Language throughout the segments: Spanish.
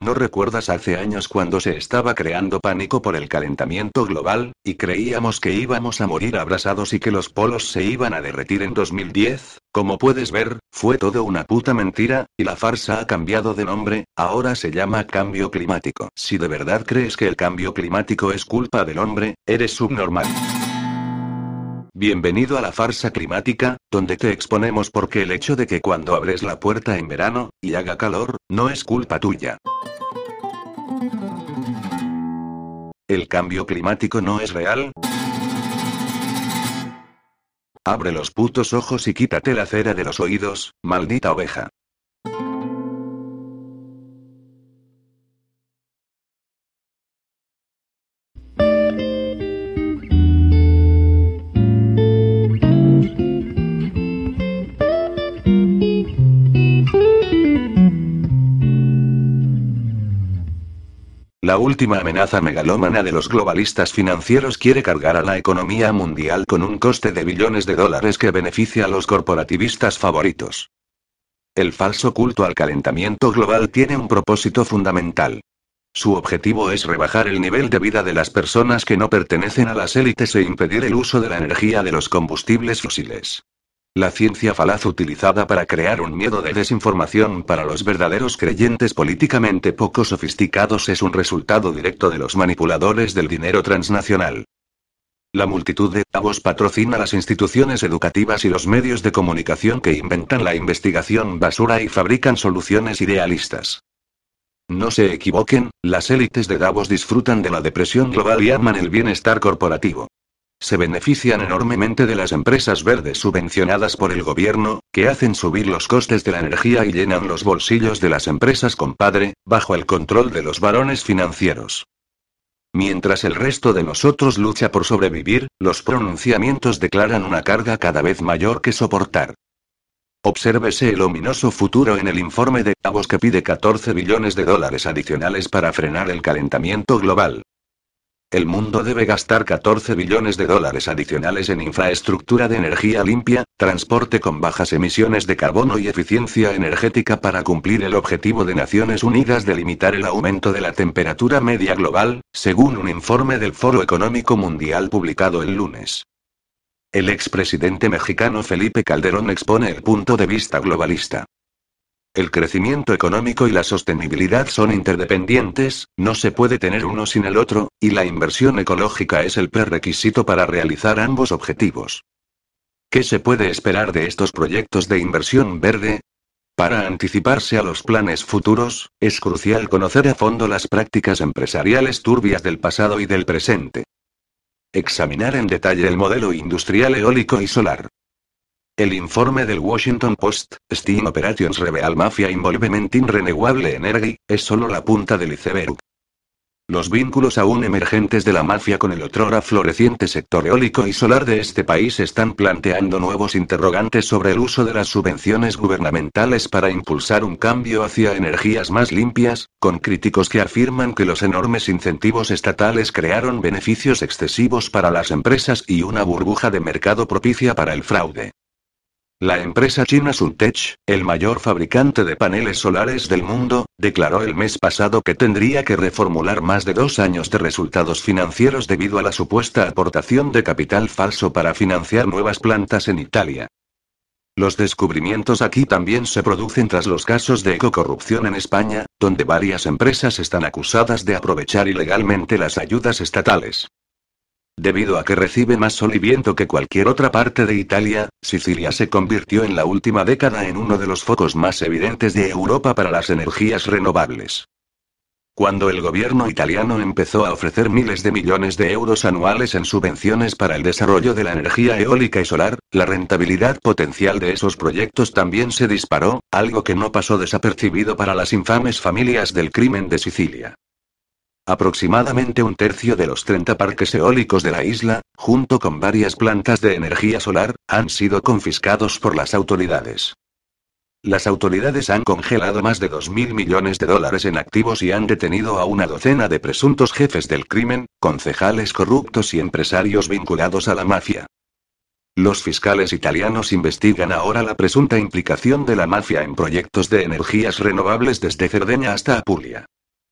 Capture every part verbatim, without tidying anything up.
¿No recuerdas hace años cuando se estaba creando pánico por el calentamiento global, y creíamos que íbamos a morir abrasados y que los polos se iban a derretir en dos mil diez? Como puedes ver, fue todo una puta mentira, y la farsa ha cambiado de nombre, ahora se llama cambio climático. Si de verdad crees que el cambio climático es culpa del hombre, eres subnormal. Bienvenido a la farsa climática, donde te exponemos por qué el hecho de que cuando abres la puerta en verano, y haga calor, no es culpa tuya. ¿El cambio climático no es real? Abre los putos ojos y quítate la cera de los oídos, maldita oveja. La última amenaza megalómana de los globalistas financieros quiere cargar a la economía mundial con un coste de billones de dólares que beneficia a los corporativistas favoritos. El falso culto al calentamiento global tiene un propósito fundamental. Su objetivo es rebajar el nivel de vida de las personas que no pertenecen a las élites e impedir el uso de la energía de los combustibles fósiles. La ciencia falaz utilizada para crear un miedo de desinformación para los verdaderos creyentes políticamente poco sofisticados es un resultado directo de los manipuladores del dinero transnacional. La multitud de Davos patrocina las instituciones educativas y los medios de comunicación que inventan la investigación basura y fabrican soluciones idealistas. No se equivoquen, las élites de Davos disfrutan de la depresión global y aman el bienestar corporativo. Se benefician enormemente de las empresas verdes subvencionadas por el gobierno, que hacen subir los costes de la energía y llenan los bolsillos de las empresas compadre, bajo el control de los barones financieros. Mientras el resto de nosotros lucha por sobrevivir, los pronunciamientos declaran una carga cada vez mayor que soportar. Obsérvese el ominoso futuro en el informe de Davos que pide catorce billones de dólares adicionales para frenar el calentamiento global. El mundo debe gastar catorce billones de dólares adicionales en infraestructura de energía limpia, transporte con bajas emisiones de carbono y eficiencia energética para cumplir el objetivo de Naciones Unidas de limitar el aumento de la temperatura media global, según un informe del Foro Económico Mundial publicado el lunes. El expresidente mexicano Felipe Calderón expone el punto de vista globalista. El crecimiento económico y la sostenibilidad son interdependientes, no se puede tener uno sin el otro, y la inversión ecológica es el prerequisito para realizar ambos objetivos. ¿Qué se puede esperar de estos proyectos de inversión verde? Para anticiparse a los planes futuros, es crucial conocer a fondo las prácticas empresariales turbias del pasado y del presente. Examinar en detalle el modelo industrial eólico y solar. El informe del Washington Post, Steam Operations Reveal Mafia Involvement in Renewable Energy, es solo la punta del iceberg. Los vínculos aún emergentes de la mafia con el otrora floreciente sector eólico y solar de este país están planteando nuevos interrogantes sobre el uso de las subvenciones gubernamentales para impulsar un cambio hacia energías más limpias, con críticos que afirman que los enormes incentivos estatales crearon beneficios excesivos para las empresas y una burbuja de mercado propicia para el fraude. La empresa china Suntech, el mayor fabricante de paneles solares del mundo, declaró el mes pasado que tendría que reformular más de dos años de resultados financieros debido a la supuesta aportación de capital falso para financiar nuevas plantas en Italia. Los descubrimientos aquí también se producen tras los casos de ecocorrupción en España, donde varias empresas están acusadas de aprovechar ilegalmente las ayudas estatales. Debido a que recibe más sol y viento que cualquier otra parte de Italia, Sicilia se convirtió en la última década en uno de los focos más evidentes de Europa para las energías renovables. Cuando el gobierno italiano empezó a ofrecer miles de millones de euros anuales en subvenciones para el desarrollo de la energía eólica y solar, la rentabilidad potencial de esos proyectos también se disparó, algo que no pasó desapercibido para las infames familias del crimen de Sicilia. Aproximadamente un tercio de los treinta parques eólicos de la isla, junto con varias plantas de energía solar, han sido confiscados por las autoridades. Las autoridades han congelado más de dos mil millones de dólares en activos y han detenido a una docena de presuntos jefes del crimen, concejales corruptos y empresarios vinculados a la mafia. Los fiscales italianos investigan ahora la presunta implicación de la mafia en proyectos de energías renovables desde Cerdeña hasta Apulia.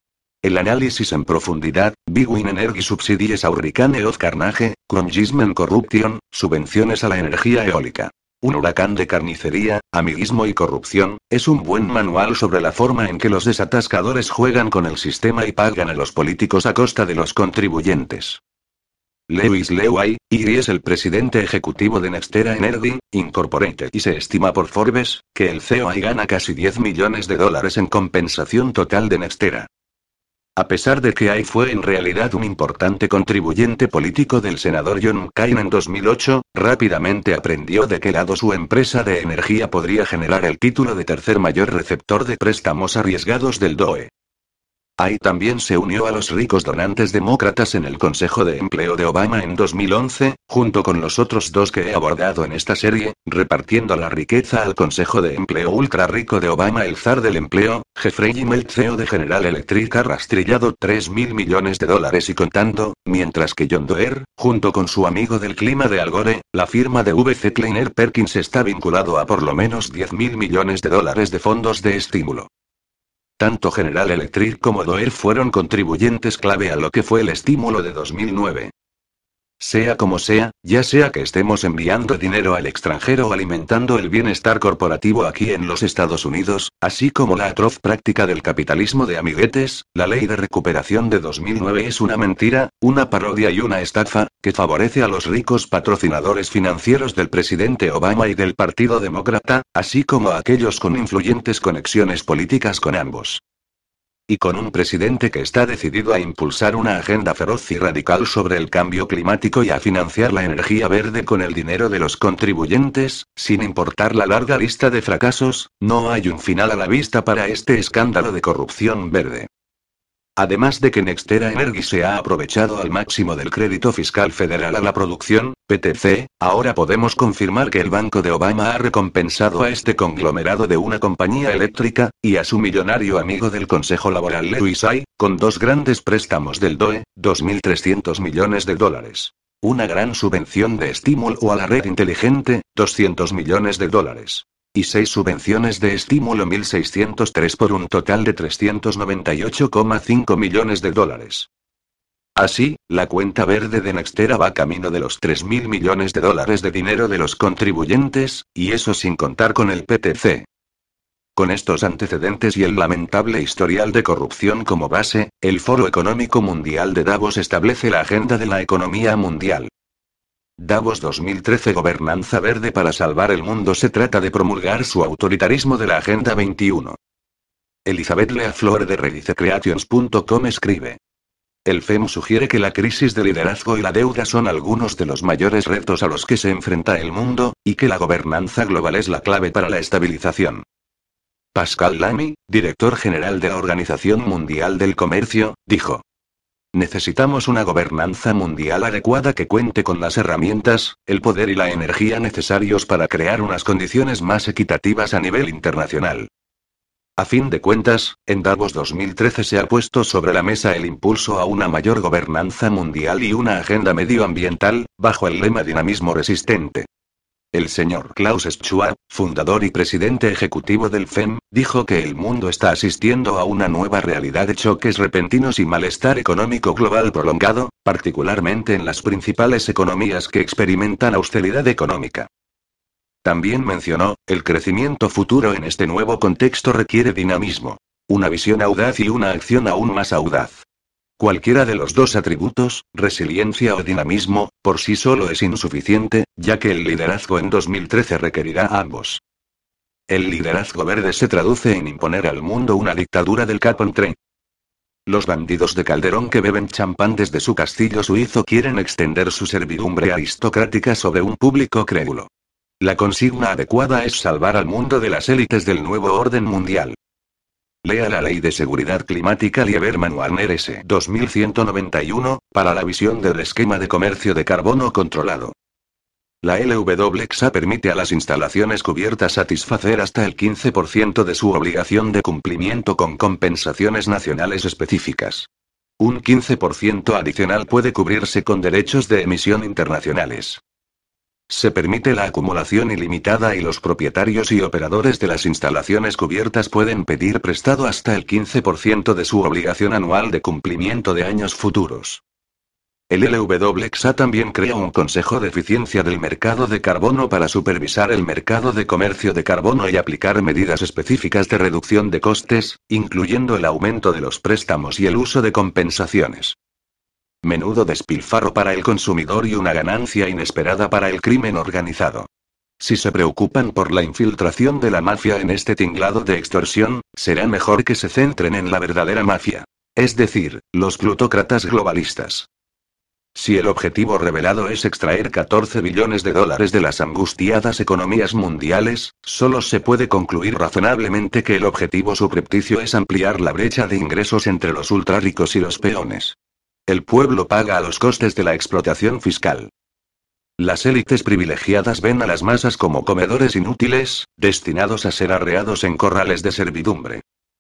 El análisis en profundidad, Big Win Energy Subsidies Hurricane of Carnage, Congisment Corruption, subvenciones a la energía eólica. Un huracán de carnicería, amiguismo y corrupción, es un buen manual sobre la forma en que los desatascadores juegan con el sistema y pagan a los políticos a costa de los contribuyentes. Lewis Lewis, y es el presidente ejecutivo de NextEra Energy, Incorporated, y se estima por Forbes, que el C E O gana casi diez millones de dólares en compensación total de NextEra. A pesar de que Ai fue en realidad un importante contribuyente político del senador John McCain en dos mil ocho, rápidamente aprendió de qué lado su empresa de energía podría generar el título de tercer mayor receptor de préstamos arriesgados del D O E. Ai también se unió a los ricos donantes demócratas en el Consejo de Empleo de Obama en dos mil once, junto con los otros dos que he abordado en esta serie, repartiendo la riqueza al Consejo de Empleo ultra rico de Obama. El zar del empleo, Jeffrey Immelt, C E O de General Electric, ha rastrillado tres mil millones de dólares y contando, mientras que John Doerr, junto con su amigo del clima de Al Gore, la firma de V C Kleiner Perkins, está vinculado a por lo menos diez mil millones de dólares de fondos de estímulo. Tanto General Electric como Doerr fueron contribuyentes clave a lo que fue el estímulo de dos mil nueve. Sea como sea, ya sea que estemos enviando dinero al extranjero o alimentando el bienestar corporativo aquí en los Estados Unidos, así como la atroz práctica del capitalismo de amiguetes, la ley de recuperación de dos mil nueve es una mentira, una parodia y una estafa, que favorece a los ricos patrocinadores financieros del presidente Obama y del Partido Demócrata, así como a aquellos con influyentes conexiones políticas con ambos. Y con un presidente que está decidido a impulsar una agenda feroz y radical sobre el cambio climático y a financiar la energía verde con el dinero de los contribuyentes, sin importar la larga lista de fracasos, no hay un final a la vista para este escándalo de corrupción verde. Además de que NextEra Energy se ha aprovechado al máximo del crédito fiscal federal a la producción, P T C, ahora podemos confirmar que el Banco de Obama ha recompensado a este conglomerado de una compañía eléctrica, y a su millonario amigo del Consejo Laboral Lewis Ai, con dos grandes préstamos del D O E, dos mil trescientos millones de dólares. Una gran subvención de estímulo a la red inteligente, doscientos millones de dólares. Y seis subvenciones de estímulo mil seiscientos tres por un total de trescientos noventa y ocho coma cinco millones de dólares. Así, la cuenta verde de NextEra va camino de los tres mil millones de dólares de dinero de los contribuyentes, y eso sin contar con el P T C. Con estos antecedentes y el lamentable historial de corrupción como base, el Foro Económico Mundial de Davos establece la agenda de la economía mundial. Davos dos mil trece. Gobernanza verde para salvar el mundo. Se trata de promulgar su autoritarismo de la Agenda veintiuno. Elizabeth Lea Flor de Redice Creations punto com escribe. El F E M sugiere que la crisis de liderazgo y la deuda son algunos de los mayores retos a los que se enfrenta el mundo, y que la gobernanza global es la clave para la estabilización. Pascal Lamy, director general de la Organización Mundial del Comercio, dijo. Necesitamos una gobernanza mundial adecuada que cuente con las herramientas, el poder y la energía necesarios para crear unas condiciones más equitativas a nivel internacional. A fin de cuentas, en Davos dos mil trece se ha puesto sobre la mesa el impulso a una mayor gobernanza mundial y una agenda medioambiental, bajo el lema Dinamismo Resistente. El señor Klaus Schwab, fundador y presidente ejecutivo del F E M, dijo que el mundo está asistiendo a una nueva realidad de choques repentinos y malestar económico global prolongado, particularmente en las principales economías que experimentan austeridad económica. También mencionó, el crecimiento futuro en este nuevo contexto requiere dinamismo, una visión audaz y una acción aún más audaz. Cualquiera de los dos atributos, resiliencia o dinamismo, por sí solo es insuficiente, ya que el liderazgo en dos mil trece requerirá ambos. El liderazgo verde se traduce en imponer al mundo una dictadura del cap and trade. Los bandidos de Calderón que beben champán desde su castillo suizo quieren extender su servidumbre aristocrática sobre un público crédulo. La consigna adecuada es salvar al mundo de las élites del nuevo orden mundial. Lea la Ley de Seguridad Climática Lieberman Warner S. dos mil ciento noventa y uno, para la visión del esquema de comercio de carbono controlado. La L W X A permite a las instalaciones cubiertas satisfacer hasta el quince por ciento de su obligación de cumplimiento con compensaciones nacionales específicas. Un quince por ciento adicional puede cubrirse con derechos de emisión internacionales. Se permite la acumulación ilimitada y los propietarios y operadores de las instalaciones cubiertas pueden pedir prestado hasta el quince por ciento de su obligación anual de cumplimiento de años futuros. El L W X A también crea un Consejo de Eficiencia del Mercado de Carbono para supervisar el mercado de comercio de carbono y aplicar medidas específicas de reducción de costes, incluyendo el aumento de los préstamos y el uso de compensaciones. Menudo despilfarro para el consumidor y una ganancia inesperada para el crimen organizado. Si se preocupan por la infiltración de la mafia en este tinglado de extorsión, será mejor que se centren en la verdadera mafia. Es decir, los plutócratas globalistas. Si el objetivo revelado es extraer catorce billones de dólares de las angustiadas economías mundiales, solo se puede concluir razonablemente que el objetivo subrepticio es ampliar la brecha de ingresos entre los ultrarricos y los peones. El pueblo paga a los costes de la explotación fiscal. Las élites privilegiadas ven a las masas como comedores inútiles, destinados a ser arreados en corrales de servidumbre.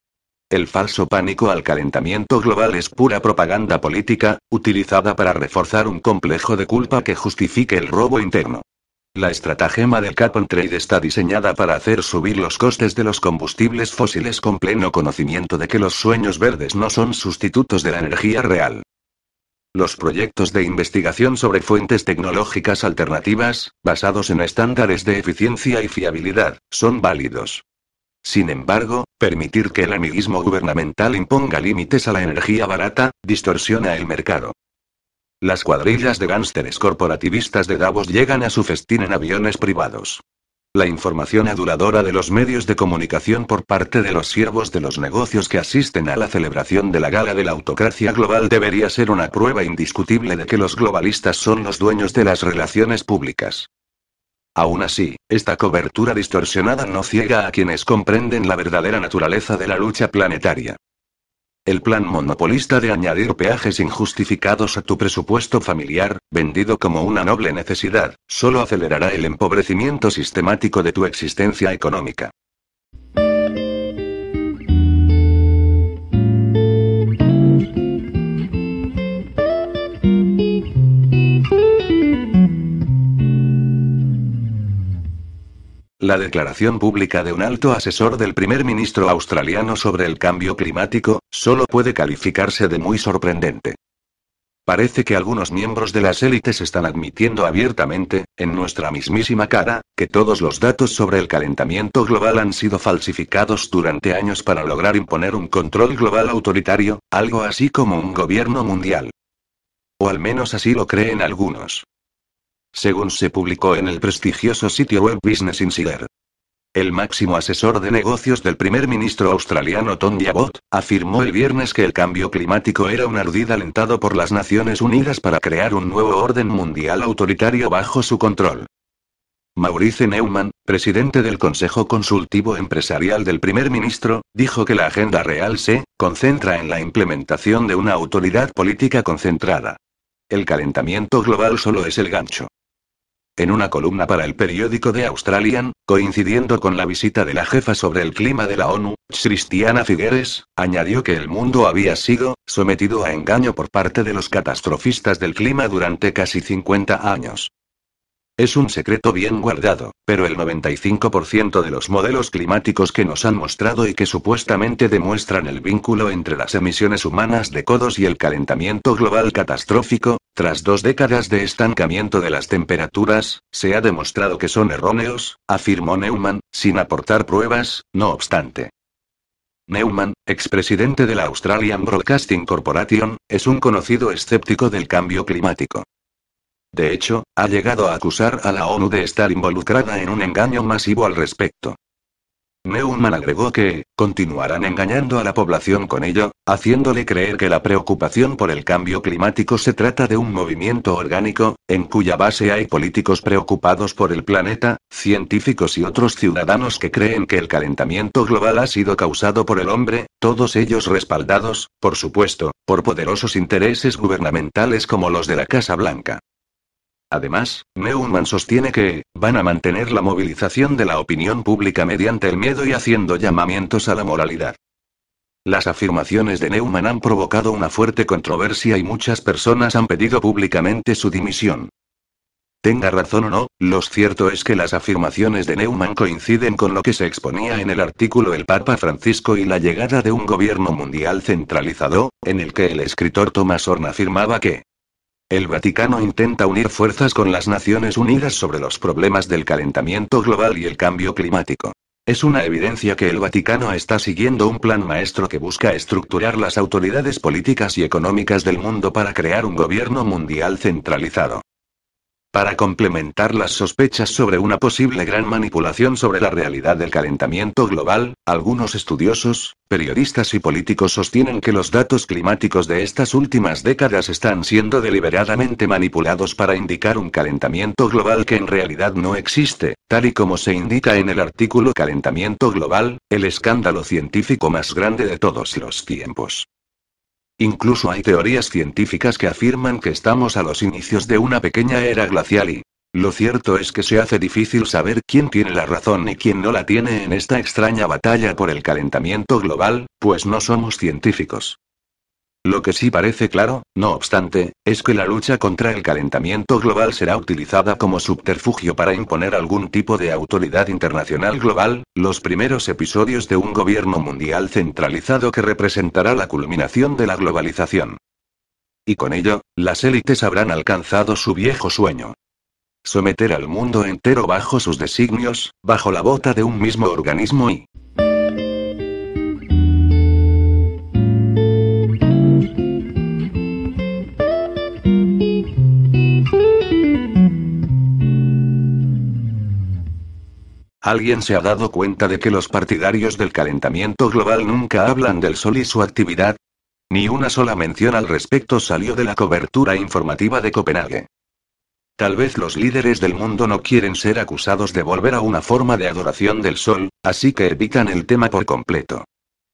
El falso pánico al calentamiento global es pura propaganda política, utilizada para reforzar un complejo de culpa que justifique el robo interno. La estratagema del cap and trade está diseñada para hacer subir los costes de los combustibles fósiles con pleno conocimiento de que los sueños verdes no son sustitutos de la energía real. Los proyectos de investigación sobre fuentes tecnológicas alternativas, basados en estándares de eficiencia y fiabilidad, son válidos. Sin embargo, permitir que el amiguismo gubernamental imponga límites a la energía barata, distorsiona el mercado. Las cuadrillas de gánsteres corporativistas de Davos llegan a su festín en aviones privados. La información aduladora de los medios de comunicación por parte de los siervos de los negocios que asisten a la celebración de la gala de la autocracia global debería ser una prueba indiscutible de que los globalistas son los dueños de las relaciones públicas. Aún así, esta cobertura distorsionada no ciega a quienes comprenden la verdadera naturaleza de la lucha planetaria. El plan monopolista de añadir peajes injustificados a tu presupuesto familiar, vendido como una noble necesidad, solo acelerará el empobrecimiento sistemático de tu existencia económica. La declaración pública de un alto asesor del primer ministro australiano sobre el cambio climático, solo puede calificarse de muy sorprendente. Parece que algunos miembros de las élites están admitiendo abiertamente, en nuestra mismísima cara, que todos los datos sobre el calentamiento global han sido falsificados durante años para lograr imponer un control global autoritario, algo así como un gobierno mundial. O al menos así lo creen algunos. Según se publicó en el prestigioso sitio web Business Insider. El máximo asesor de negocios del primer ministro australiano Tony Abbott, afirmó el viernes que el cambio climático era un ardid alentado por las Naciones Unidas para crear un nuevo orden mundial autoritario bajo su control. Maurice Neumann, presidente del Consejo Consultivo Empresarial del primer ministro, dijo que la agenda real se concentra en la implementación de una autoridad política concentrada. El calentamiento global solo es el gancho. En una columna para el periódico The Australian, coincidiendo con la visita de la jefa sobre el clima de la ONU, Christiana Figueres, añadió que el mundo había sido sometido a engaño por parte de los catastrofistas del clima durante casi cincuenta años. Es un secreto bien guardado, pero el noventa y cinco por ciento de los modelos climáticos que nos han mostrado y que supuestamente demuestran el vínculo entre las emisiones humanas de C O dos y el calentamiento global catastrófico, tras dos décadas de estancamiento de las temperaturas, se ha demostrado que son erróneos, afirmó Neumann, sin aportar pruebas, no obstante. Neumann, expresidente de la Australian Broadcasting Corporation, es un conocido escéptico del cambio climático. De hecho, ha llegado a acusar a la ONU de estar involucrada en un engaño masivo al respecto. Neumann agregó que, continuarán engañando a la población con ello, haciéndole creer que la preocupación por el cambio climático se trata de un movimiento orgánico, en cuya base hay políticos preocupados por el planeta, científicos y otros ciudadanos que creen que el calentamiento global ha sido causado por el hombre, todos ellos respaldados, por supuesto, por poderosos intereses gubernamentales como los de la Casa Blanca. Además, Neumann sostiene que van a mantener la movilización de la opinión pública mediante el miedo y haciendo llamamientos a la moralidad. Las afirmaciones de Neumann han provocado una fuerte controversia y muchas personas han pedido públicamente su dimisión. Tenga razón o no, lo cierto es que las afirmaciones de Neumann coinciden con lo que se exponía en el artículo El Papa Francisco y la llegada de un gobierno mundial centralizado, en el que el escritor Thomas Horn afirmaba que el Vaticano intenta unir fuerzas con las Naciones Unidas sobre los problemas del calentamiento global y el cambio climático. Es una evidencia que el Vaticano está siguiendo un plan maestro que busca estructurar las autoridades políticas y económicas del mundo para crear un gobierno mundial centralizado. Para complementar las sospechas sobre una posible gran manipulación sobre la realidad del calentamiento global, algunos estudiosos, periodistas y políticos sostienen que los datos climáticos de estas últimas décadas están siendo deliberadamente manipulados para indicar un calentamiento global que en realidad no existe, tal y como se indica en el artículo Calentamiento global, el escándalo científico más grande de todos los tiempos. Incluso hay teorías científicas que afirman que estamos a los inicios de una pequeña era glacial y, lo cierto es que se hace difícil saber quién tiene la razón y quién no la tiene en esta extraña batalla por el calentamiento global, pues no somos científicos. Lo que sí parece claro, no obstante, es que la lucha contra el calentamiento global será utilizada como subterfugio para imponer algún tipo de autoridad internacional global, los primeros episodios de un gobierno mundial centralizado que representará la culminación de la globalización. Y con ello, las élites habrán alcanzado su viejo sueño. Someter al mundo entero bajo sus designios, bajo la bota de un mismo organismo y ¿alguien se ha dado cuenta de que los partidarios del calentamiento global nunca hablan del Sol y su actividad? Ni una sola mención al respecto salió de la cobertura informativa de Copenhague. Tal vez los líderes del mundo no quieren ser acusados de volver a una forma de adoración del Sol, así que evitan el tema por completo.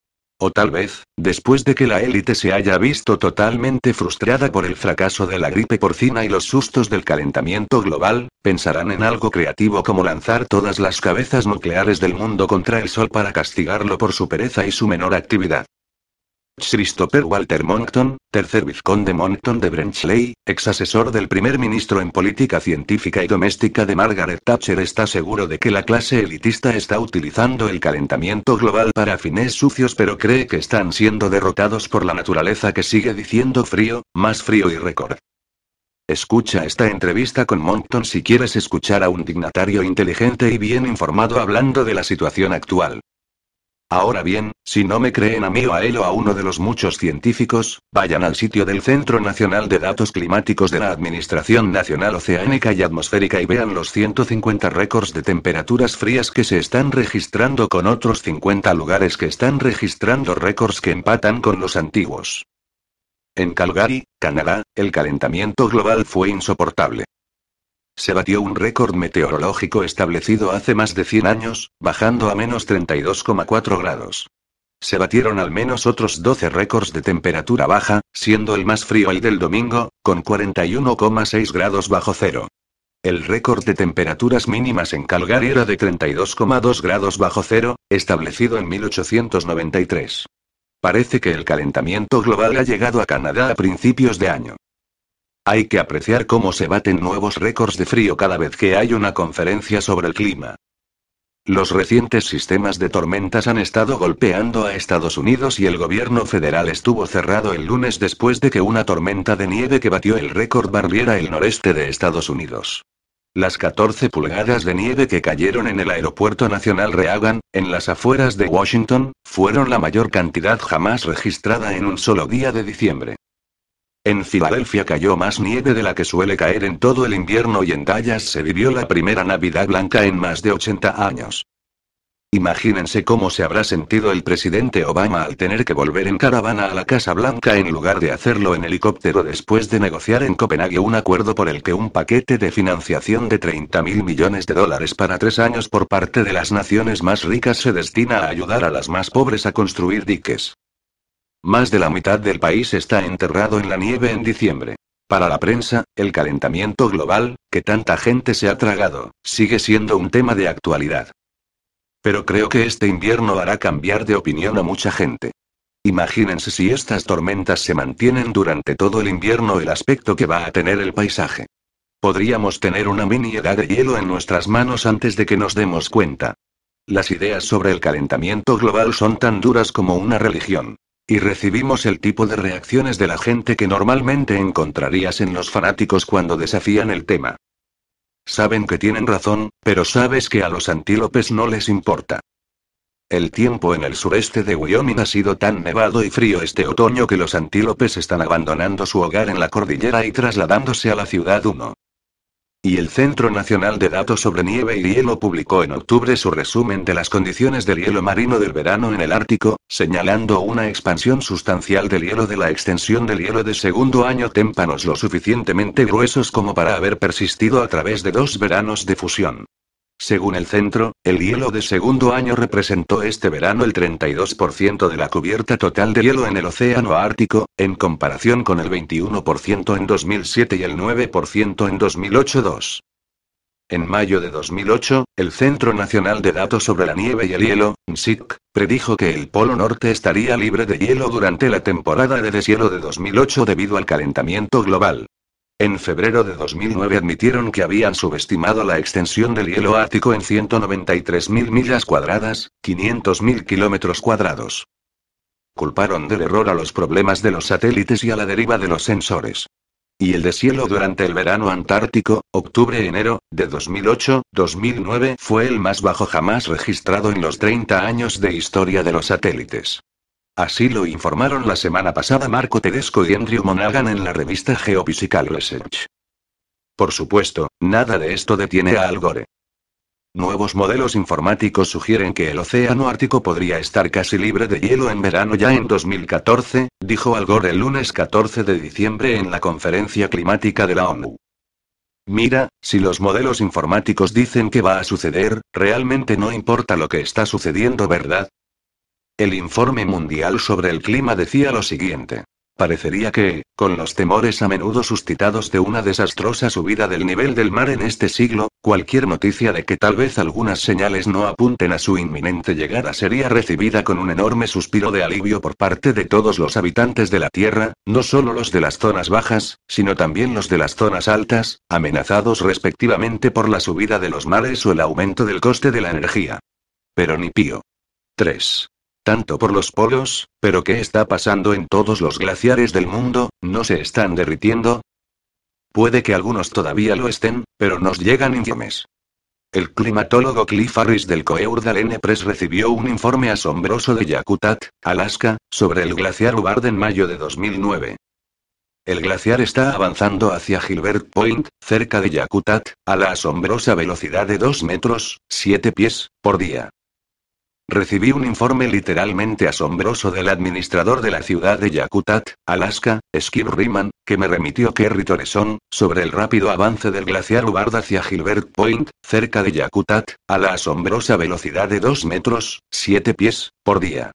O tal vez, después de que la élite se haya visto totalmente frustrada por el fracaso de la gripe porcina y los sustos del calentamiento global, pensarán en algo creativo como lanzar todas las cabezas nucleares del mundo contra el Sol para castigarlo por su pereza y su menor actividad. Christopher Walter Monckton, tercer vizconde Monckton de Brenchley, ex asesor del primer ministro en política científica y doméstica de Margaret Thatcher, está seguro de que la clase elitista está utilizando el calentamiento global para fines sucios, pero cree que están siendo derrotados por la naturaleza que sigue diciendo frío, más frío y récord. Escucha esta entrevista con Monckton si quieres escuchar a un dignatario inteligente y bien informado hablando de la situación actual. Ahora bien, si no me creen a mí o a él o a uno de los muchos científicos, vayan al sitio del Centro Nacional de Datos Climáticos de la Administración Nacional Oceánica y Atmosférica y vean los ciento cincuenta récords de temperaturas frías que se están registrando con otros cincuenta lugares que están registrando récords que empatan con los antiguos. En Calgary, Canadá, el calentamiento global fue insoportable. Se batió un récord meteorológico establecido hace más de cien años, bajando a menos treinta y dos coma cuatro grados. Se batieron al menos otros doce récords de temperatura baja, siendo el más frío el del domingo, con cuarenta y uno coma seis grados bajo cero. El récord de temperaturas mínimas en Calgary era de treinta y dos coma dos grados bajo cero, establecido en mil ochocientos noventa y tres. Parece que el calentamiento global ha llegado a Canadá a principios de año. Hay que apreciar cómo se baten nuevos récords de frío cada vez que hay una conferencia sobre el clima. Los recientes sistemas de tormentas han estado golpeando a Estados Unidos y el gobierno federal estuvo cerrado el lunes después de que una tormenta de nieve que batió el récord barriera el noreste de Estados Unidos. Las catorce pulgadas de nieve que cayeron en el Aeropuerto Nacional Reagan, en las afueras de Washington, fueron la mayor cantidad jamás registrada en un solo día de diciembre. En Filadelfia cayó más nieve de la que suele caer en todo el invierno y en Dallas se vivió la primera Navidad blanca en más de ochenta años. Imagínense cómo se habrá sentido el presidente Obama al tener que volver en caravana a la Casa Blanca en lugar de hacerlo en helicóptero después de negociar en Copenhague un acuerdo por el que un paquete de financiación de treinta mil millones de dólares para tres años por parte de las naciones más ricas se destina a ayudar a las más pobres a construir diques. Más de la mitad del país está enterrado en la nieve en diciembre. Para la prensa, el calentamiento global, que tanta gente se ha tragado, sigue siendo un tema de actualidad. Pero creo que este invierno hará cambiar de opinión a mucha gente. Imagínense si estas tormentas se mantienen durante todo el invierno, el aspecto que va a tener el paisaje. Podríamos tener una mini edad de hielo en nuestras manos antes de que nos demos cuenta. Las ideas sobre el calentamiento global son tan duras como una religión. Y recibimos el tipo de reacciones de la gente que normalmente encontrarías en los fanáticos cuando desafían el tema. Saben que tienen razón, pero sabes que a los antílopes no les importa. El tiempo en el sureste de Wyoming ha sido tan nevado y frío este otoño que los antílopes están abandonando su hogar en la cordillera y trasladándose a la ciudad uno. Y el Centro Nacional de Datos sobre Nieve y Hielo publicó en octubre su resumen de las condiciones del hielo marino del verano en el Ártico, señalando una expansión sustancial del hielo de la extensión del hielo de segundo año témpanos lo suficientemente gruesos como para haber persistido a través de dos veranos de fusión. Según el centro, el hielo de segundo año representó este verano el treinta y dos por ciento de la cubierta total de hielo en el océano Ártico, en comparación con el veintiuno por ciento en dos mil siete y el nueve por ciento en dos mil ocho-dos. En mayo de dos mil ocho, el Centro Nacional de Datos sobre la Nieve y el Hielo, N S I C, predijo que el Polo Norte estaría libre de hielo durante la temporada de deshielo de dos mil ocho debido al calentamiento global. En febrero de dos mil nueve admitieron que habían subestimado la extensión del hielo ártico en ciento noventa y tres mil millas cuadradas, quinientos mil kilómetros cuadrados. Culparon del error a los problemas de los satélites y a la deriva de los sensores. Y el deshielo durante el verano antártico, octubre-enero, de dos mil ocho-dos mil nueve fue el más bajo jamás registrado en los treinta años de historia de los satélites. Así lo informaron la semana pasada Marco Tedesco y Andrew Monaghan en la revista Geophysical Research. Por supuesto, nada de esto detiene a Al Gore. Nuevos modelos informáticos sugieren que el océano Ártico podría estar casi libre de hielo en verano ya en dos mil catorce, dijo Al Gore el lunes catorce de diciembre en la conferencia climática de la ONU. Mira, si los modelos informáticos dicen que va a suceder, realmente no importa lo que está sucediendo, ¿verdad? El informe mundial sobre el clima decía lo siguiente. Parecería que, con los temores a menudo suscitados de una desastrosa subida del nivel del mar en este siglo, cualquier noticia de que tal vez algunas señales no apunten a su inminente llegada sería recibida con un enorme suspiro de alivio por parte de todos los habitantes de la Tierra, no solo los de las zonas bajas, sino también los de las zonas altas, amenazados respectivamente por la subida de los mares o el aumento del coste de la energía. Pero ni pío. tres. Tanto por los polos, pero ¿qué está pasando en todos los glaciares del mundo? ¿No se están derritiendo? Puede que algunos todavía lo estén, pero nos llegan informes. El climatólogo Cliff Harris del Coeurdalene Press recibió un informe asombroso de Yakutat, Alaska, sobre el glaciar Hubbard en mayo de dos mil nueve. El glaciar está avanzando hacia Gilbert Point, cerca de Yakutat, a la asombrosa velocidad de dos metros, siete pies, por día. Recibí un informe literalmente asombroso del administrador de la ciudad de Yakutat, Alaska, Skip Riemann, que me remitió Kerry Toreson, sobre el rápido avance del glaciar Hubbard hacia Gilbert Point, cerca de Yakutat, a la asombrosa velocidad de dos metros, siete pies, por día.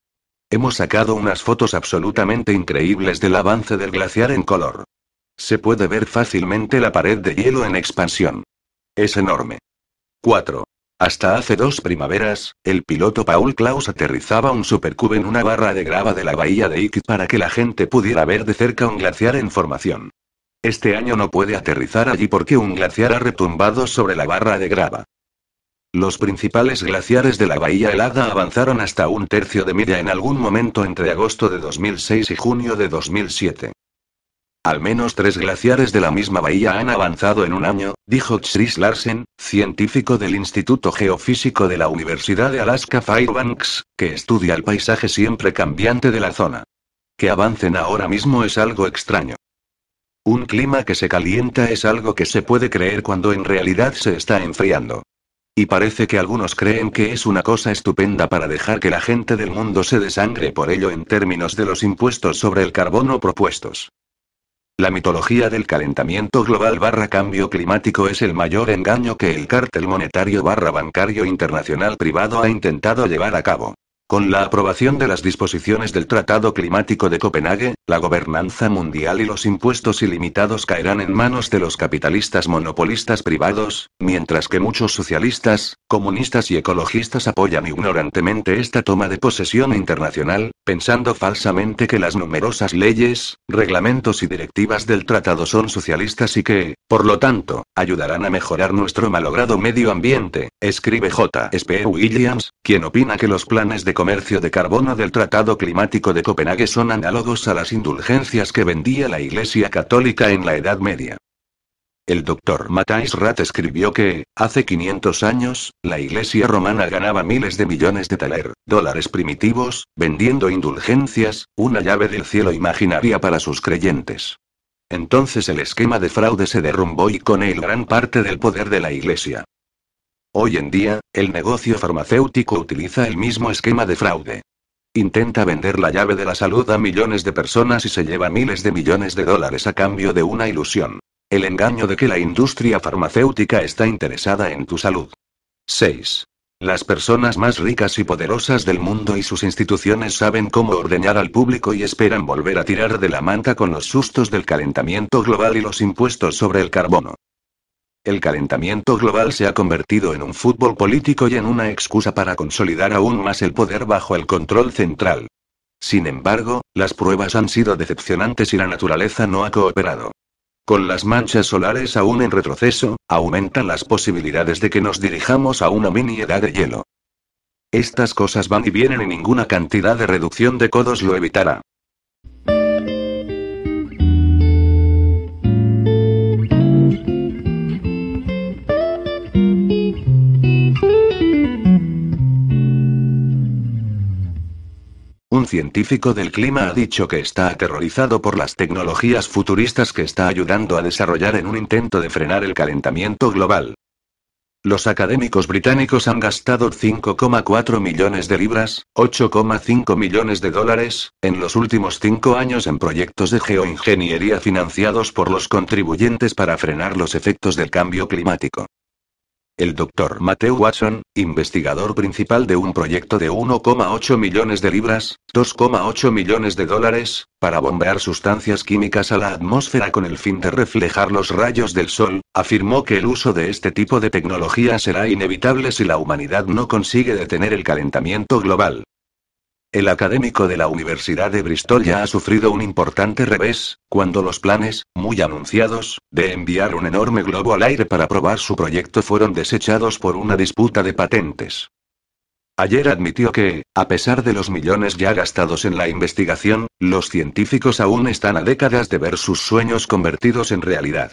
Hemos sacado unas fotos absolutamente increíbles del avance del glaciar en color. Se puede ver fácilmente la pared de hielo en expansión. Es enorme. cuatro. Hasta hace dos primaveras, el piloto Paul Klaus aterrizaba un supercube en una barra de grava de la bahía de Iquitos para que la gente pudiera ver de cerca un glaciar en formación. Este año no puede aterrizar allí porque un glaciar ha retumbado sobre la barra de grava. Los principales glaciares de la bahía helada avanzaron hasta un tercio de milla en algún momento entre agosto de dos mil seis y junio de dos mil siete. Al menos tres glaciares de la misma bahía han avanzado en un año, dijo Chris Larsen, científico del Instituto Geofísico de la Universidad de Alaska Fairbanks, que estudia el paisaje siempre cambiante de la zona. Que avancen ahora mismo es algo extraño. Un clima que se calienta es algo que se puede creer cuando en realidad se está enfriando. Y parece que algunos creen que es una cosa estupenda para dejar que la gente del mundo se desangre por ello en términos de los impuestos sobre el carbono propuestos. La mitología del calentamiento global barra cambio climático es el mayor engaño que el cártel monetario barra bancario internacional privado ha intentado llevar a cabo. Con la aprobación de las disposiciones del Tratado Climático de Copenhague, La gobernanza mundial y los impuestos ilimitados caerán en manos de los capitalistas monopolistas privados, mientras que muchos socialistas, comunistas y ecologistas apoyan ignorantemente esta toma de posesión internacional, pensando falsamente que las numerosas leyes, reglamentos y directivas del tratado son socialistas y que, por lo tanto, ayudarán a mejorar nuestro malogrado medio ambiente, escribe J. S. Williams, quien opina que los planes de comercio de carbono del Tratado Climático de Copenhague son análogos a las indulgencias que vendía la Iglesia Católica en la Edad Media. El doctor Matthijs Rath escribió que, hace quinientos años, la Iglesia romana ganaba miles de millones de taler, dólares primitivos, vendiendo indulgencias, una llave del cielo imaginaria para sus creyentes. Entonces el esquema de fraude se derrumbó y con él gran parte del poder de la Iglesia. Hoy en día, el negocio farmacéutico utiliza el mismo esquema de fraude. Intenta vender la llave de la salud a millones de personas y se lleva miles de millones de dólares a cambio de una ilusión. El engaño de que la industria farmacéutica está interesada en tu salud. seis. Las personas más ricas y poderosas del mundo y sus instituciones saben cómo ordeñar al público y esperan volver a tirar de la manta con los sustos del calentamiento global y los impuestos sobre el carbono. El calentamiento global se ha convertido en un fútbol político y en una excusa para consolidar aún más el poder bajo el control central. Sin embargo, las pruebas han sido decepcionantes y la naturaleza no ha cooperado. Con las manchas solares aún en retroceso, aumentan las posibilidades de que nos dirijamos a una mini edad de hielo. Estas cosas van y vienen y ninguna cantidad de reducción de codos lo evitará. Un científico del clima ha dicho que está aterrorizado por las tecnologías futuristas que está ayudando a desarrollar en un intento de frenar el calentamiento global. Los académicos británicos han gastado cinco coma cuatro millones de libras, ocho coma cinco millones de dólares, en los últimos cinco años en proyectos de geoingeniería financiados por los contribuyentes para frenar los efectos del cambio climático. El doctor Matthew Watson, investigador principal de un proyecto de uno coma ocho millones de libras, dos coma ocho millones de dólares, para bombear sustancias químicas a la atmósfera con el fin de reflejar los rayos del sol, afirmó que el uso de este tipo de tecnología será inevitable si la humanidad no consigue detener el calentamiento global. El académico de la Universidad de Bristol ya ha sufrido un importante revés, cuando los planes, muy anunciados, de enviar un enorme globo al aire para probar su proyecto fueron desechados por una disputa de patentes. Ayer admitió que, a pesar de los millones ya gastados en la investigación, los científicos aún están a décadas de ver sus sueños convertidos en realidad.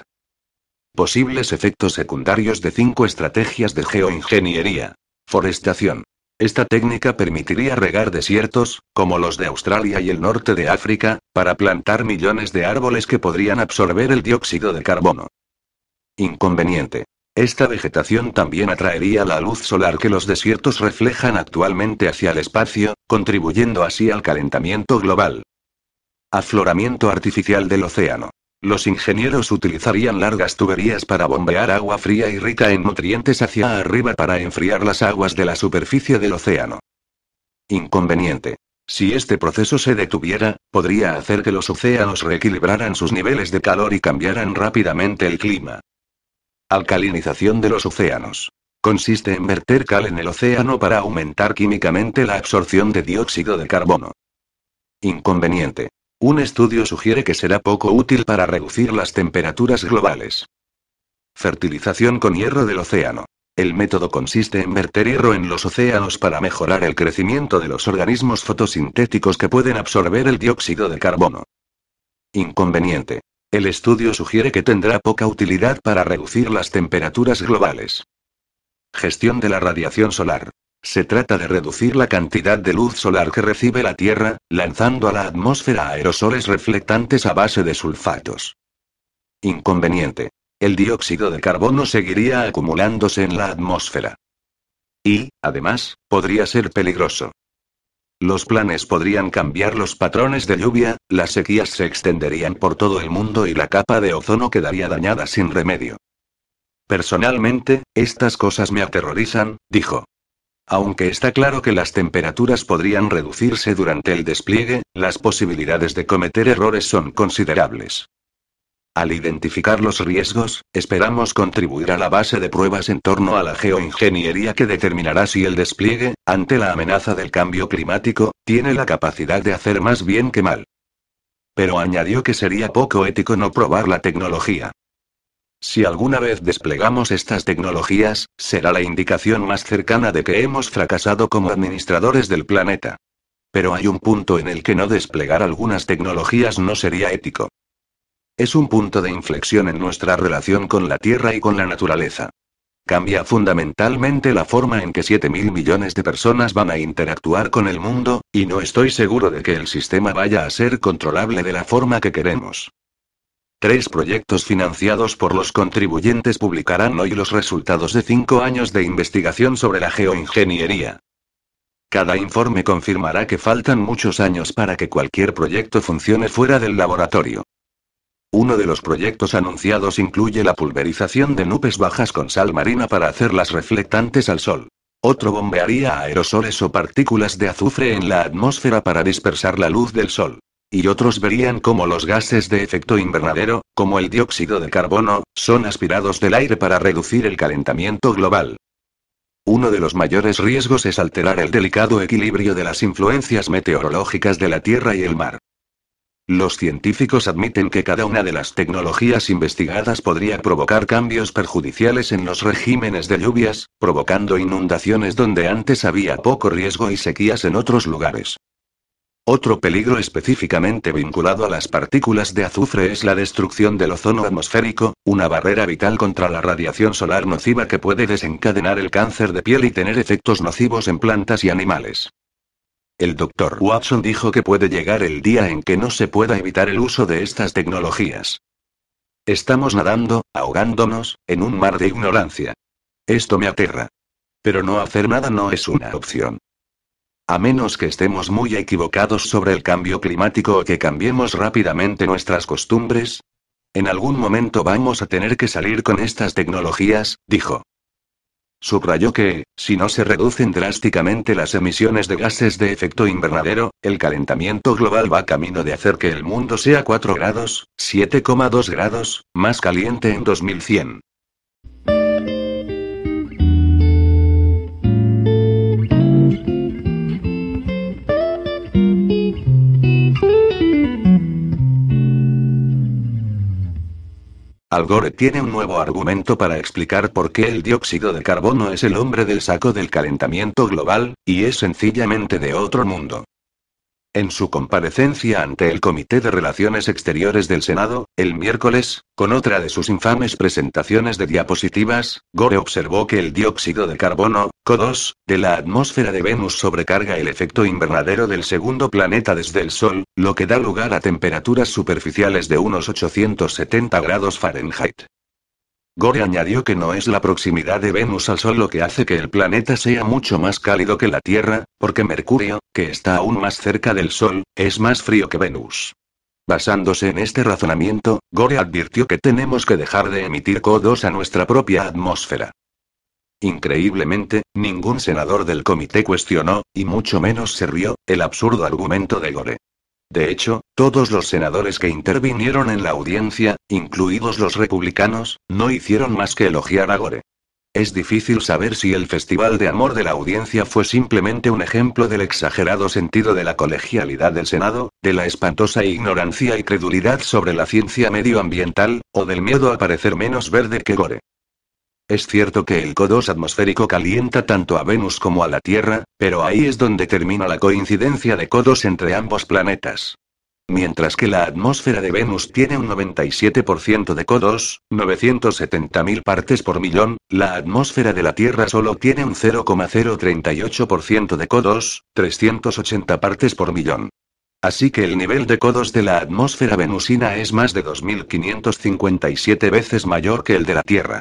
Posibles efectos secundarios de cinco estrategias de geoingeniería. Forestación. Esta técnica permitiría regar desiertos, como los de Australia y el norte de África, para plantar millones de árboles que podrían absorber el dióxido de carbono. Inconveniente. Esta vegetación también atraería la luz solar que los desiertos reflejan actualmente hacia el espacio, contribuyendo así al calentamiento global. Afloramiento artificial del océano. Los ingenieros utilizarían largas tuberías para bombear agua fría y rica en nutrientes hacia arriba para enfriar las aguas de la superficie del océano. Inconveniente. Si este proceso se detuviera, podría hacer que los océanos reequilibraran sus niveles de calor y cambiaran rápidamente el clima. Alcalinización de los océanos. Consiste en verter cal en el océano para aumentar químicamente la absorción de dióxido de carbono. Inconveniente. Un estudio sugiere que será poco útil para reducir las temperaturas globales. Fertilización con hierro del océano. El método consiste en verter hierro en los océanos para mejorar el crecimiento de los organismos fotosintéticos que pueden absorber el dióxido de carbono. Inconveniente. El estudio sugiere que tendrá poca utilidad para reducir las temperaturas globales. Gestión de la radiación solar. Se trata de reducir la cantidad de luz solar que recibe la Tierra, lanzando a la atmósfera aerosoles reflectantes a base de sulfatos. Inconveniente. El dióxido de carbono seguiría acumulándose en la atmósfera. Y, además, podría ser peligroso. Los planes podrían cambiar los patrones de lluvia, las sequías se extenderían por todo el mundo y la capa de ozono quedaría dañada sin remedio. Personalmente, estas cosas me aterrorizan, dijo. Aunque está claro que las temperaturas podrían reducirse durante el despliegue, las posibilidades de cometer errores son considerables. Al identificar los riesgos, esperamos contribuir a la base de pruebas en torno a la geoingeniería que determinará si el despliegue, ante la amenaza del cambio climático, tiene la capacidad de hacer más bien que mal. Pero añadió que sería poco ético no probar la tecnología. Si alguna vez desplegamos estas tecnologías, será la indicación más cercana de que hemos fracasado como administradores del planeta. Pero hay un punto en el que no desplegar algunas tecnologías no sería ético. Es un punto de inflexión en nuestra relación con la Tierra y con la naturaleza. Cambia fundamentalmente la forma en que siete mil millones de personas van a interactuar con el mundo, y no estoy seguro de que el sistema vaya a ser controlable de la forma que queremos. Tres proyectos financiados por los contribuyentes publicarán hoy los resultados de cinco años de investigación sobre la geoingeniería. Cada informe confirmará que faltan muchos años para que cualquier proyecto funcione fuera del laboratorio. Uno de los proyectos anunciados incluye la pulverización de nubes bajas con sal marina para hacerlas reflectantes al sol. Otro bombearía aerosoles o partículas de azufre en la atmósfera para dispersar la luz del sol. Y otros verían cómo los gases de efecto invernadero, como el dióxido de carbono, son aspirados del aire para reducir el calentamiento global. Uno de los mayores riesgos es alterar el delicado equilibrio de las influencias meteorológicas de la Tierra y el mar. Los científicos admiten que cada una de las tecnologías investigadas podría provocar cambios perjudiciales en los regímenes de lluvias, provocando inundaciones donde antes había poco riesgo y sequías en otros lugares. Otro peligro específicamente vinculado a las partículas de azufre es la destrucción del ozono atmosférico, una barrera vital contra la radiación solar nociva que puede desencadenar el cáncer de piel y tener efectos nocivos en plantas y animales. El doctor Watson dijo que puede llegar el día en que no se pueda evitar el uso de estas tecnologías. Estamos nadando, ahogándonos, en un mar de ignorancia. Esto me aterra. Pero no hacer nada no es una opción. A menos que estemos muy equivocados sobre el cambio climático o que cambiemos rápidamente nuestras costumbres. En algún momento vamos a tener que salir con estas tecnologías, dijo. Subrayó que, si no se reducen drásticamente las emisiones de gases de efecto invernadero, el calentamiento global va camino de hacer que el mundo sea cuatro grados, siete coma dos grados, más caliente en dos mil cien. Al Gore tiene un nuevo argumento para explicar por qué el dióxido de carbono es el hombre del saco del calentamiento global, y es sencillamente de otro mundo. En su comparecencia ante el Comité de Relaciones Exteriores del Senado, el miércoles, con otra de sus infames presentaciones de diapositivas, Gore observó que el dióxido de carbono, C O dos, de la atmósfera de Venus sobrecarga el efecto invernadero del segundo planeta desde el Sol, lo que da lugar a temperaturas superficiales de unos ochocientos setenta grados Fahrenheit. Gore añadió que no es la proximidad de Venus al Sol lo que hace que el planeta sea mucho más cálido que la Tierra, porque Mercurio, que está aún más cerca del Sol, es más frío que Venus. Basándose en este razonamiento, Gore advirtió que tenemos que dejar de emitir C O dos a nuestra propia atmósfera. Increíblemente, ningún senador del comité cuestionó, y mucho menos se rió, el absurdo argumento de Gore. De hecho, todos los senadores que intervinieron en la audiencia, incluidos los republicanos, no hicieron más que elogiar a Gore. Es difícil saber si el festival de amor de la audiencia fue simplemente un ejemplo del exagerado sentido de la colegialidad del Senado, de la espantosa ignorancia y credulidad sobre la ciencia medioambiental, o del miedo a parecer menos verde que Gore. Es cierto que el C O dos atmosférico calienta tanto a Venus como a la Tierra, pero ahí es donde termina la coincidencia de C O dos entre ambos planetas. Mientras que la atmósfera de Venus tiene un noventa y siete por ciento de C O dos, novecientos setenta mil partes por millón, la atmósfera de la Tierra solo tiene un cero coma cero treinta y ocho por ciento de C O dos, trescientos ochenta partes por millón. Así que el nivel de C O dos de la atmósfera venusina es más de dos mil quinientos cincuenta y siete veces mayor que el de la Tierra.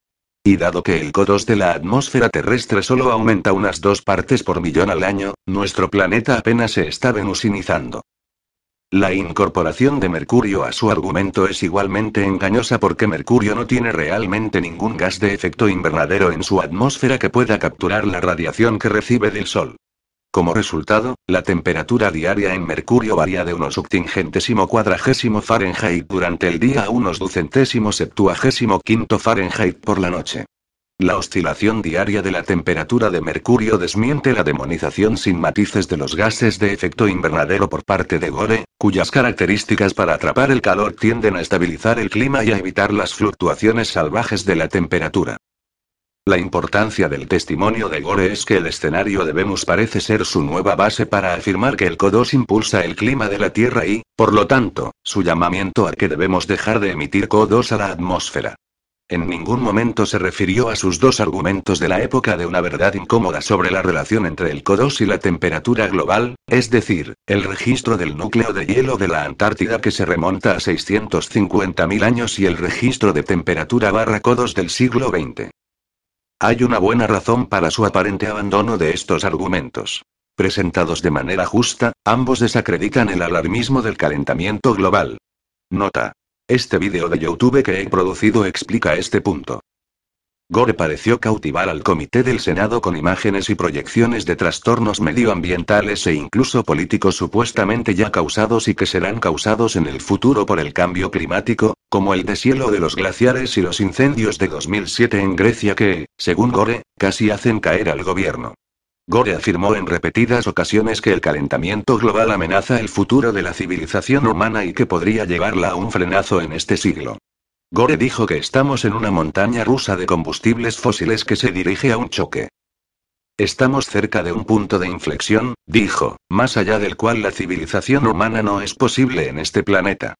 Y dado que el C O dos de la atmósfera terrestre solo aumenta unas dos partes por millón al año, nuestro planeta apenas se está venusinizando. La incorporación de mercurio a su argumento es igualmente engañosa porque mercurio no tiene realmente ningún gas de efecto invernadero en su atmósfera que pueda capturar la radiación que recibe del Sol. Como resultado, la temperatura diaria en mercurio varía de unos octingentésimo cuadragésimo Fahrenheit durante el día a unos ducentésimo septuagésimo quinto Fahrenheit por la noche. La oscilación diaria de la temperatura de mercurio desmiente la demonización sin matices de los gases de efecto invernadero por parte de Gore, cuyas características para atrapar el calor tienden a estabilizar el clima y a evitar las fluctuaciones salvajes de la temperatura. La importancia del testimonio de Gore es que el escenario de Venus parece ser su nueva base para afirmar que el C O dos impulsa el clima de la Tierra y, por lo tanto, su llamamiento a que debemos dejar de emitir C O dos a la atmósfera. En ningún momento se refirió a sus dos argumentos de la época de una verdad incómoda sobre la relación entre el C O dos y la temperatura global, es decir, el registro del núcleo de hielo de la Antártida que se remonta a seiscientos cincuenta mil años y el registro de temperatura barra C O dos del siglo veinte. Hay una buena razón para su aparente abandono de estos argumentos. Presentados de manera justa, ambos desacreditan el alarmismo del calentamiento global. Nota. Este vídeo de YouTube que he producido explica este punto. Gore pareció cautivar al comité del Senado con imágenes y proyecciones de trastornos medioambientales e incluso políticos supuestamente ya causados y que serán causados en el futuro por el cambio climático, como el deshielo de los glaciares y los incendios de dos mil siete en Grecia que, según Gore, casi hacen caer al gobierno. Gore afirmó en repetidas ocasiones que el calentamiento global amenaza el futuro de la civilización humana y que podría llevarla a un frenazo en este siglo. Gore dijo que estamos en una montaña rusa de combustibles fósiles que se dirige a un choque. Estamos cerca de un punto de inflexión, dijo, más allá del cual la civilización humana no es posible en este planeta.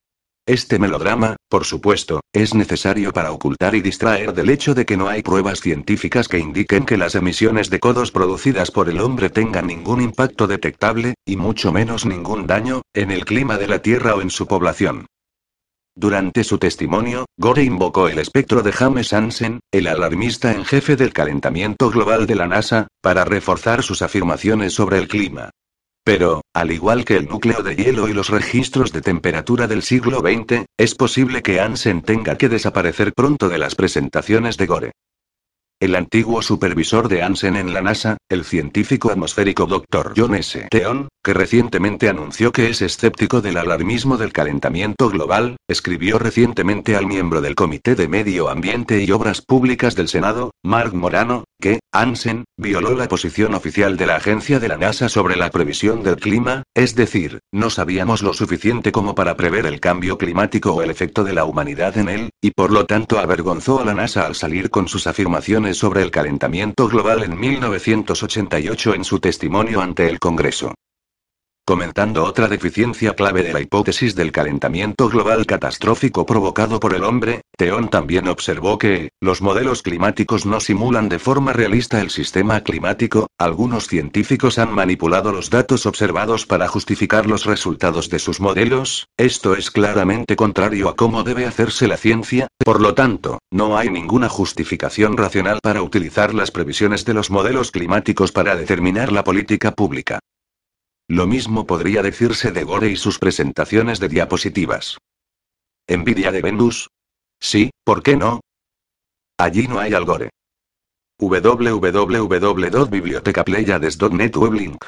Este melodrama, por supuesto, es necesario para ocultar y distraer del hecho de que no hay pruebas científicas que indiquen que las emisiones de C O dos producidas por el hombre tengan ningún impacto detectable, y mucho menos ningún daño, en el clima de la Tierra o en su población. Durante su testimonio, Gore invocó el espectro de James Hansen, el alarmista en jefe del calentamiento global de la NASA, para reforzar sus afirmaciones sobre el clima. Pero, al igual que el núcleo de hielo y los registros de temperatura del siglo veinte, es posible que Hansen tenga que desaparecer pronto de las presentaciones de Gore. El antiguo supervisor de Hansen en la NASA, el científico atmosférico doctor John S. Theon, que recientemente anunció que es escéptico del alarmismo del calentamiento global, escribió recientemente al miembro del Comité de Medio Ambiente y Obras Públicas del Senado, Mark Morano, que Hansen violó la posición oficial de la agencia de la NASA sobre la previsión del clima, es decir, no sabíamos lo suficiente como para prever el cambio climático o el efecto de la humanidad en él, y por lo tanto avergonzó a la NASA al salir con sus afirmaciones sobre el calentamiento global en mil novecientos ochenta y ocho en su testimonio ante el Congreso. Comentando otra deficiencia clave de la hipótesis del calentamiento global catastrófico provocado por el hombre, Theon también observó que, los modelos climáticos no simulan de forma realista el sistema climático, algunos científicos han manipulado los datos observados para justificar los resultados de sus modelos, esto es claramente contrario a cómo debe hacerse la ciencia, por lo tanto, no hay ninguna justificación racional para utilizar las previsiones de los modelos climáticos para determinar la política pública. Lo mismo podría decirse de Gore y sus presentaciones de diapositivas. ¿Envidia de Venus? Sí, ¿por qué no? Allí no hay al Gore. w w w punto biblioteca pleiades punto net weblink.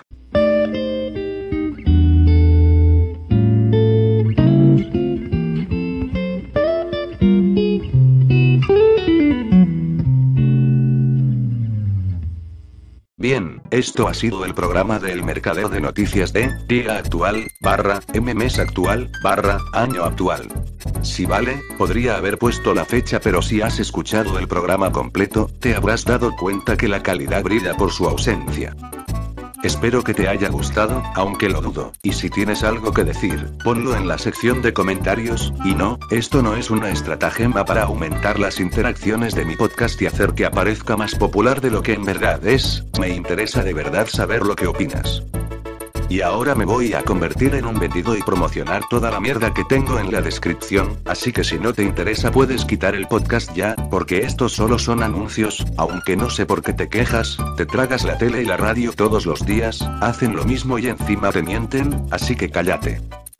Bien, esto ha sido el programa del mercadeo de noticias de día actual, barra, mes actual, barra, año actual. Si vale, podría haber puesto la fecha, pero si has escuchado el programa completo, te habrás dado cuenta que la calidad brilla por su ausencia. Espero que te haya gustado, aunque lo dudo, y si tienes algo que decir, ponlo en la sección de comentarios, y no, esto no es una estratagema para aumentar las interacciones de mi podcast y hacer que aparezca más popular de lo que en verdad es, me interesa de verdad saber lo que opinas. Y ahora me voy a convertir en un vendido y promocionar toda la mierda que tengo en la descripción, así que si no te interesa puedes quitar el podcast ya, porque estos solo son anuncios, aunque no sé por qué te quejas, te tragas la tele y la radio todos los días, hacen lo mismo y encima te mienten, así que cállate.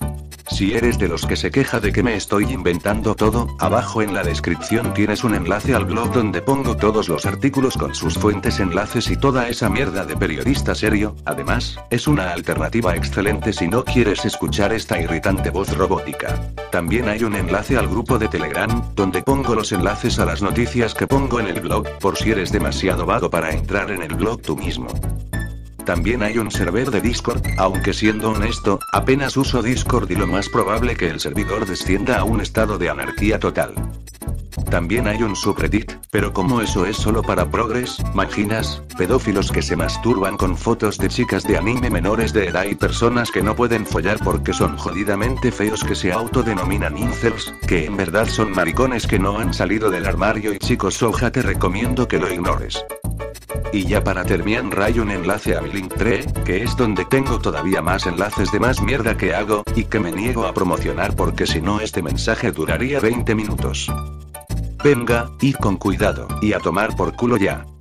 Si eres de los que se queja de que me estoy inventando todo, abajo en la descripción tienes un enlace al blog donde pongo todos los artículos con sus fuentes, enlaces y toda esa mierda de periodista serio. Además, es una alternativa excelente si no quieres escuchar esta irritante voz robótica. También hay un enlace al grupo de Telegram, donde pongo los enlaces a las noticias que pongo en el blog, por si eres demasiado vago para entrar en el blog tú mismo. También hay un server de Discord, aunque siendo honesto, apenas uso Discord y lo más probable que el servidor descienda a un estado de anarquía total. También hay un subreddit, pero como eso es solo para progres, maginas, pedófilos que se masturban con fotos de chicas de anime menores de edad y personas que no pueden follar porque son jodidamente feos que se autodenominan incels, que en verdad son maricones que no han salido del armario y chicos soja te recomiendo que lo ignores. Y ya para terminar hay un enlace a mi Linktree, que es donde tengo todavía más enlaces de más mierda que hago, y que me niego a promocionar porque si no este mensaje duraría veinte minutos. Venga, y con cuidado, y a tomar por culo ya.